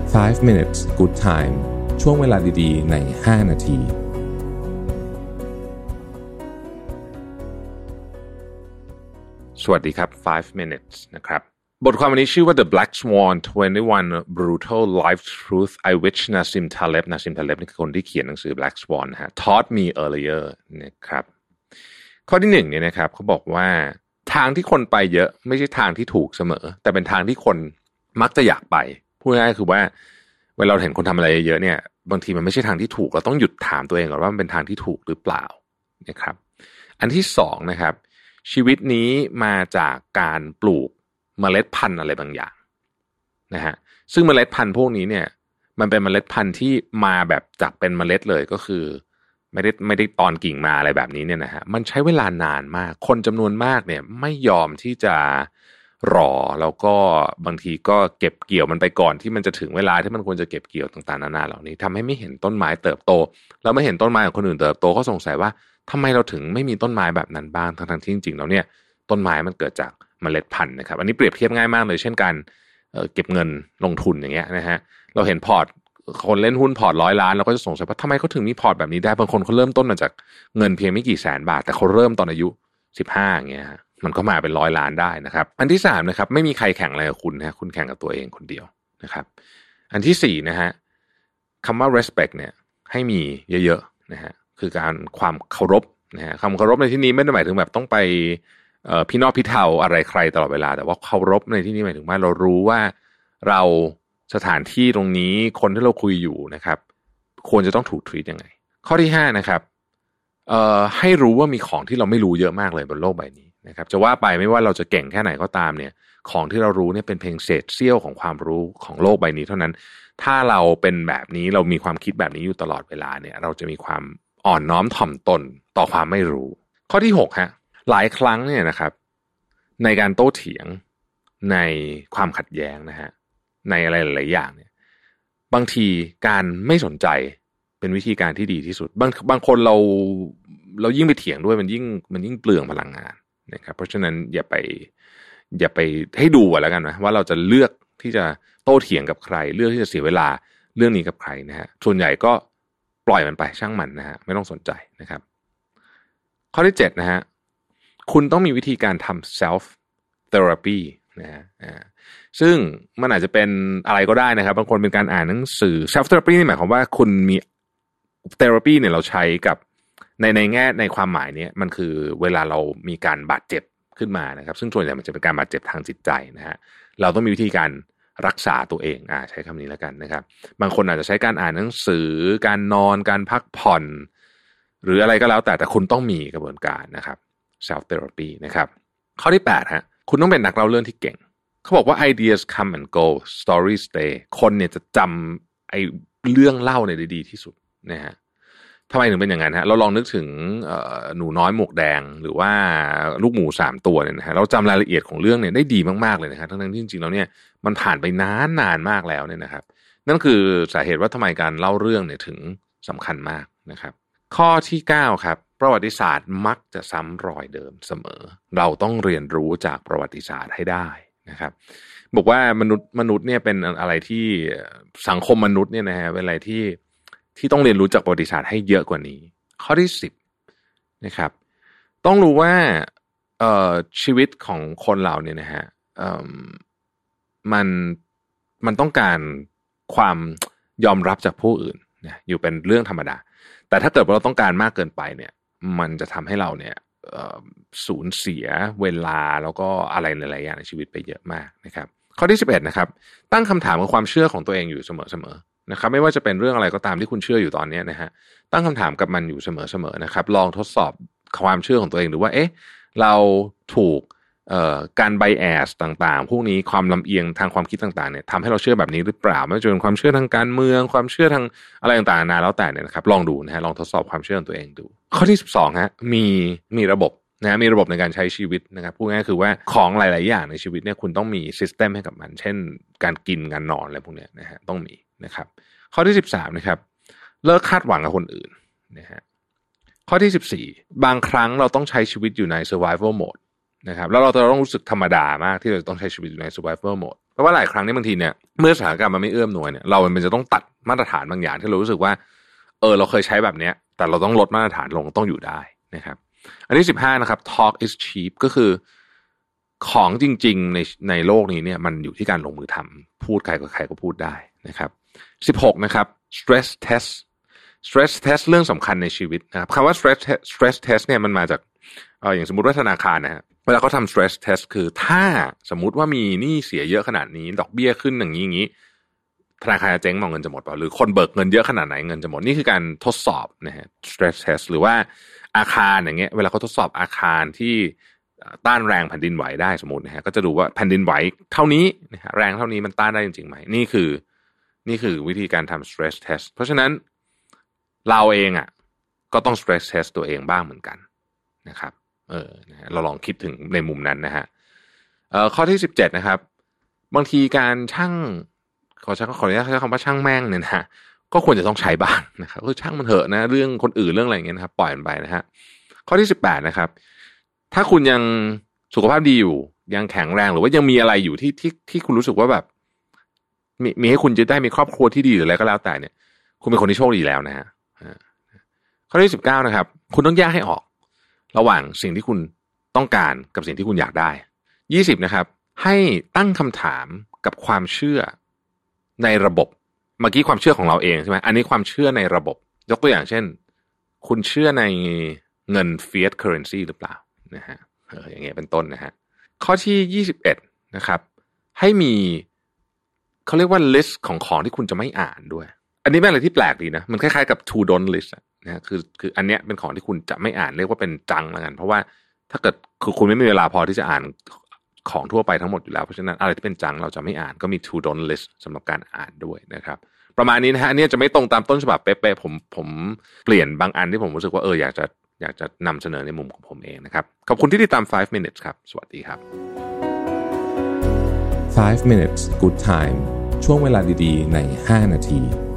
5 minutes good time ช่วงเวลาดีๆใน5นาทีสวัสดีครับ5 minutes นะครับบทความวันนี้ชื่อว่า The Black Swan 21 Brutal Life Truth I Wish Nassim Taleb นี่คือคนที่เขียนหนังสือ Black Swan นะฮะ Taught Me Earlier นะครับข้อที่1เนี่ยนะครับเขาบอกว่าทางที่คนไปเยอะไม่ใช่ทางที่ถูกเสมอแต่เป็นทางที่คนมักจะอยากไปพูดง่ายๆคือว่าเวลาเราเห็นคนทำอะไรเยอะเนี่ยบางทีมันไม่ใช่ทางที่ถูกเราต้องหยุดถามตัวเองก่อนว่ามันเป็นทางที่ถูกหรือเปล่านะครับอันที่2นะครับชีวิตนี้มาจากการปลูกเมล็ดพันธุ์อะไรบางอย่างนะฮะซึ่งเมล็ดพันธุ์พวกนี้เนี่ยมันเป็นเมล็ดพันธุ์ที่มาแบบจากเป็นเมล็ดเลยก็คือไม่ได้ตอนกิ่งมาอะไรแบบนี้เนี่ยนะฮะมันใช้เวลานานมากคนจำนวนมากเนี่ยไม่ยอมที่จะรอแล้วก็บางทีก็เก็บเกี่ยวมันไปก่อนที่มันจะถึงเวลาที่มันควรจะเก็บเกี่ยวต่างๆนานาเหล่านี้ทำให้ไม่เห็นต้นไม้เติบโตแล้วไม่เห็นต้นไม้ของคนอื่นเติบโตก็สงสัยว่าทำไมเราถึงไม่มีต้นไม้แบบนั้นบ้างทั้งที่จริงๆแล้วเนี่ยต้นไม้มันเกิดจากเมล็ดพันธุ์นะครับอันนี้เปรียบเทียบง่ายมากเลยเช่นการเก็บเงินลงทุนอย่างเงี้ยนะฮะเราเห็นพอร์ตคนเล่นหุ้นพอร์ต100 ล้านเราก็จะสงสัยว่าทำไมเขาถึงมีพอร์ตแบบนี้ได้บางคนเขาเริ่มต้นมาจากเงินเพียงไม่กี่แสนบาทแต่เขาเริ่มตอนอายุ15อย่างเงี้ยมันก็มาเป็น100 ล้านได้นะครับอันที่3นะครับไม่มีใครแข่งอะไรกับคุณนะคุณแข่งกับตัวเองคนเดียวนะครับอันที่4นะฮะคำว่า respect เนี่ยให้มีเยอะๆนะฮะคือการความเคารพนะฮะคำเคารพในที่นี้ไม่ได้หมายถึงแบบต้องไปพี่นอกพี่เทาอะไรใครตลอดเวลาแต่ว่าเคารพในที่นี้หมายถึงว่าเรารู้ว่าเราสถานที่ตรงนี้คนที่เราคุยอยู่นะครับควรจะต้องถูก treat ยังไงข้อที่5นะครับให้รู้ว่ามีของที่เราไม่รู้เยอะมากเลยบนโลกใบนี้นะครับจะว่าไปไม่ว่าเราจะเก่งแค่ไหนก็ตามเนี่ยของที่เรารู้เนี่ยเป็นเพียงเศษเสี้ยวของความรู้ของโลกใบนี้เท่านั้นถ้าเราเป็นแบบนี้เรามีความคิดแบบนี้อยู่ตลอดเวลาเนี่ยเราจะมีความอ่อนน้อมถ่อมตนต่อความไม่รู้ข้อที่6ฮะหลายครั้งเนี่ยนะครับในการโต้เถียงในความขัดแย้งนะฮะในอะไรหลายๆอย่างเนี่ยบางทีการไม่สนใจเป็นวิธีการที่ดีที่สุดบางคนเรายิ่งไปเถียงด้วยมันยิ่งเปลืองพลังงานนะครับเพราะฉะนั้นอย่าไปให้ดูแล้วกันนะว่าเราจะเลือกที่จะโต้เถียงกับใครเลือกที่จะเสียเวลาเรื่องนี้กับใครนะฮะส่วนใหญ่ก็ปล่อยมันไปช่างมันนะฮะไม่ต้องสนใจนะครับข้อที่7นะฮะคุณต้องมีวิธีการทำ self therapy นะฮะซึ่งมันอาจจะเป็นอะไรก็ได้นะครับบางคนเป็นการอ่านหนังสือ self therapy นี่หมายความว่าคุณมี therapy เนี่ยเราใช้กับในแง่ในความหมายนี้มันคือเวลาเรามีการบาดเจ็บขึ้นมานะครับซึ่งส่วนใหญ่มันจะเป็นการบาดเจ็บทางจิตใจนะฮะเราต้องมีวิธีการรักษาตัวเองใช้คำนี้แล้วกันนะครับบางคนอาจจะใช้การอ่านหนังสือการนอนการพักผ่อนหรืออะไรก็แล้วแต่คุณต้องมีกระบวนการนะครับ self therapy นะครับข้อที่8ฮะคุณต้องเป็นนักเล่าเรื่องที่เก่งเขาบอกว่า ideas come and go stories stay คนเนี่ยจะจำไอ้เรื่องเล่าเนี่ยได้ดีที่สุดนะฮะทำไมถึงเป็นอย่างนั้นฮะเราลองนึกถึงหนูน้อยหมวกแดงหรือว่าลูกหมู3 ตัวเนี่ยนะฮะเราจำรายละเอียดของเรื่องเนี่ยได้ดีมากๆเลยนะครับทั้งที่จริงๆแล้วเนี่ยมันผ่านไปนานมากแล้วเนี่ยนะครับนั่นคือสาเหตุว่าทำไมการเล่าเรื่องเนี่ยถึงสำคัญมากนะครับข้อที่9ครับประวัติศาสตร์มักจะซ้ำรอยเดิมเสมอเราต้องเรียนรู้จากประวัติศาสตร์ให้ได้นะครับบอกว่ามนุษย์เนี่ยเป็นอะไรที่สังคมมนุษย์เนี่ยนะฮะเป็นอะไรที่ต้องเรียนรู้จากประวัติศาสตร์ให้เยอะกว่านี้ข้อที่10นะครับต้องรู้ว่าชีวิตของคนเราเนี่ยนะฮะมันต้องการความยอมรับจากผู้อื่นนะอยู่เป็นเรื่องธรรมดาแต่ถ้าเกิดว่าเราต้องการมากเกินไปเนี่ยมันจะทำให้เราเนี่ยสูญเสียเวลาแล้วก็อะไรหลายๆอย่างในชีวิตไปเยอะมากนะครับข้อที่11นะครับตั้งคำถามกับความเชื่อของตัวเองอยู่เสมอนะครับไม่ว่าจะเป็นเรื่องอะไรก็ตามที่คุณเชื่ออยู่ตอนนี้นะฮะตั้งคำถามกับมันอยู่เสมอนะครับลองทดสอบความเชื่อของตัวเองดูว่าเราถูกการไบแอสต่างๆพวกนี้ความลำเอียงทางความคิดต่างๆเนี่ยทำให้เราเชื่อแบบนี้หรือเปล่าไม่ว่าจะเป็นความเชื่อทางการเมืองความเชื่อทางอะไรต่างๆนานาแล้วแต่เนี่ยนะครับลองดูนะฮะลองทดสอบความเชื่อของตัวเองดูข้อที่12ฮะมีระบบนะมีระบบในการใช้ชีวิตนะครับพูดง่ายๆคือว่าของหลายๆอย่างในชีวิตเนี่ยคุณต้องมีซิสเต็มให้กับมันเช่นการกินการนอนอะไรพวกนี้นะฮะต้องมีนะครับข้อที่13นะครับเลิกคาดหวังกับคนอื่นนะฮะข้อที่14บางครั้งเราต้องใช้ชีวิตอยู่ใน survival mode นะครับแล้วเราต้องรู้สึกธรรมดามากที่เราต้องใช้ชีวิตอยู่ใน survival mode เพราะว่าหลายครั้งนี่บางทีเนี่ยเมื่อสถานการณ์มันไม่เอื้อมหน่วยเนี่ยเรามันจะต้องตัดมาตรฐานบางอย่างที่เรารู้สึกว่าเราเคยใช้แบบเนี้ยแต่เราต้องลดมาตรฐานลงต้องอยู่ได้นะครับอันที่15นะครับ talk is cheap ก็คือของจริงๆในโลกนี้เนี่ยมันอยู่ที่การลงมือทำพูดใครก็พูดได้นะครับ16นะครับ stress test เรื่องสำคัญในชีวิตนะครับคำว่า stress test เนี่ยมันมาจากอย่างสมมุติว่าธนาคารนะฮะเวลาเขาทำ stress test คือถ้าสมมุติว่ามีหนี้เสียเยอะขนาดนี้ดอกเบี้ยขึ้นอย่างนี้ธนาคารจะเจ๊งมองเงินจะหมดเปล่าหรือคนเบิกเงินเยอะขนาดไหนเงินจะหมดนี่คือการทดสอบนะฮะ stress test หรือว่าอาคารอย่างเงี้ยเวลาเขาทดสอบอาคารที่ต้านแรงแผ่นดินไหวได้สมมุตินะฮะก็จะดูว่าแผ่นดินไหวเท่านี้นะฮะแรงเท่านี้มันต้านได้จริงๆไหมนี่คือวิธีการทำ stress test เพราะฉะนั้นเราเองก็ต้อง stress test ตัวเองบ้างเหมือนกันนะครับเราลองคิดถึงในมุมนั้นนะฮะข้อที่17นะครับบางทีการขออนุญาตใช้คำว่าช่างแม่งเนี่ยนะก็ควรจะต้องใช้บ้างนะครับคือช่างมันเถอะนะเรื่องคนอื่นเรื่องอะไรอย่างเงี้ยนะครับปล่อยมันไปนะฮะข้อที่18นะครับถ้าคุณยังสุขภาพดีอยู่ยังแข็งแรงหรือว่ายังมีอะไรอยู่ที่คุณรู้สึกว่าแบบมีให้คุณจะได้มีครอบครัวที่ดีหรืออะไรก็แล้วแต่เนี่ยคุณเป็นคนที่โชคดีแล้วนะฮะข้อที่19นะครับคุณต้องแยกให้ออกระหว่างสิ่งที่คุณต้องการกับสิ่งที่คุณอยากได้20นะครับให้ตั้งคำถามกับความเชื่อในระบบเมื่อกี้ความเชื่อของเราเองใช่ไหมอันนี้ความเชื่อในระบบยกตัวอย่างเช่นคุณเชื่อในเงิน fiat currency หรือเปล่านะฮะอย่างเงี้ยเป็นต้นนะฮะข้อที่21นะครับให้มีเขาเรียกว่า list ของที่คุณจะไม่อ่านด้วยอันนี้เป็นอะไรที่แปลกดีนะมันคล้ายๆกับ to don't list นะคืออันเนี้ยเป็นของที่คุณจะไม่อ่านเรียกว่าเป็นจังแล้วกันเพราะว่าถ้าเกิดคือคุณไม่มีเวลาพอที่จะอ่านของทั่วไปทั้งหมดอยู่แล้วเพราะฉะนั้นอะไรที่เป็นจังเราจะไม่อ่านก็มี to don't list สำหรับการอ่านด้วยนะครับประมาณนี้นะฮะอันนี้จะไม่ตรงตามต้นฉบับเป๊ะๆผมเปลี่ยนบางอันที่ผมรู้สึกว่าอยากจะนำเสนอในมุมของผมเองนะครับขอบคุณที่ติดตาม5 minutes ครับสวัสดีครับ 5 minutes good time ช่วงเวลาดีๆใน5นาที